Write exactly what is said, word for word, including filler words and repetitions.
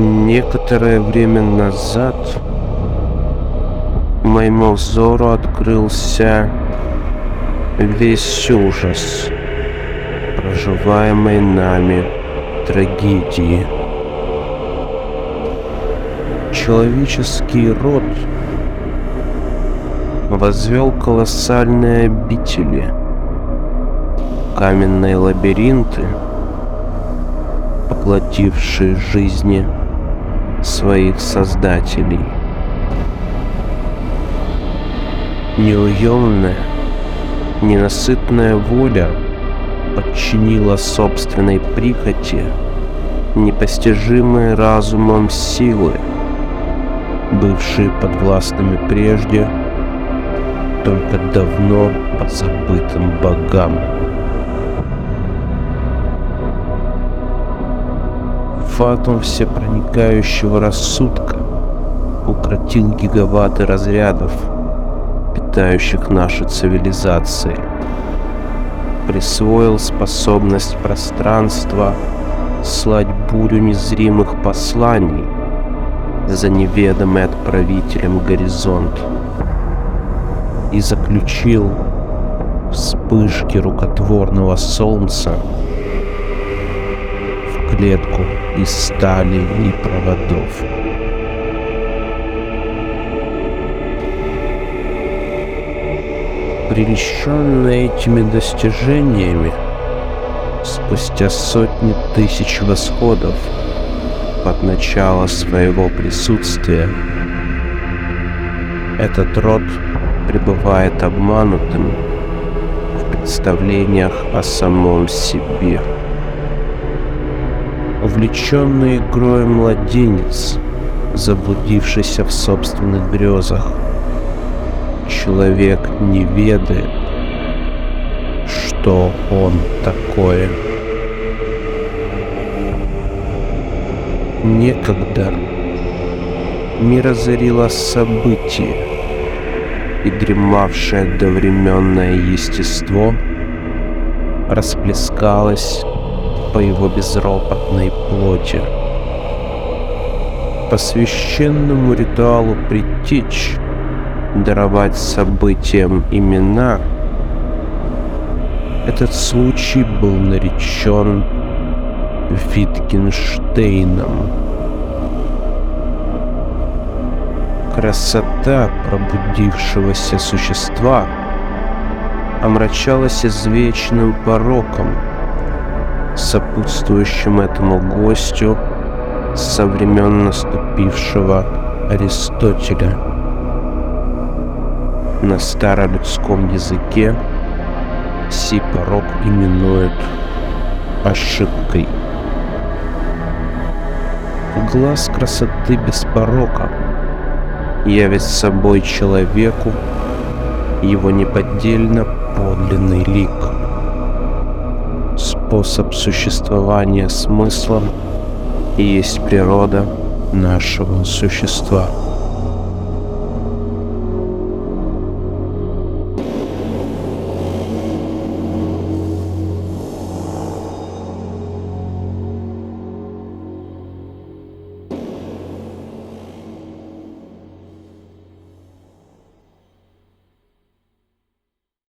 Некоторое время назад моему взору открылся весь ужас проживаемой нами трагедии. Человеческий род возвел колоссальные обители, каменные лабиринты, поглотившие жизни своих создателей. Неуемная, ненасытная воля подчинила собственной прихоти непостижимые разумом силы, бывшие подвластными прежде только давно позабытым богам. Фатум всепроникающего рассудка укротил гигаватты разрядов, питающих наши цивилизации, присвоил способность пространства слать бурю незримых посланий за неведомый отправителем горизонт и заключил вспышки рукотворного солнца в клетку из стали и проводов. Прельщенный этими достижениями, спустя сотни тысяч восходов от начала своего присутствия, этот род пребывает обманутым в представлениях о самом себе. Увлеченный игрой младенец, заблудившийся в собственных грезах, человек не ведает, что он такое. Некогда мир озарило событие, и дремавшее довременное естество расплескалось по его безропотной плоти. По священному ритуалу предтеч даровать событиям имена, этот случай был наречен Витгенштейном. Красота пробудившегося существа омрачалась извечным пороком, сопутствующим этому гостю со времен наступившего Аристотеля. На старолюдском языке сей порок именуют ошибкой. Глаз красоты без порока явит собой человеку его неподдельно подлинный лик, способ существования смыслом и есть природа нашего существа.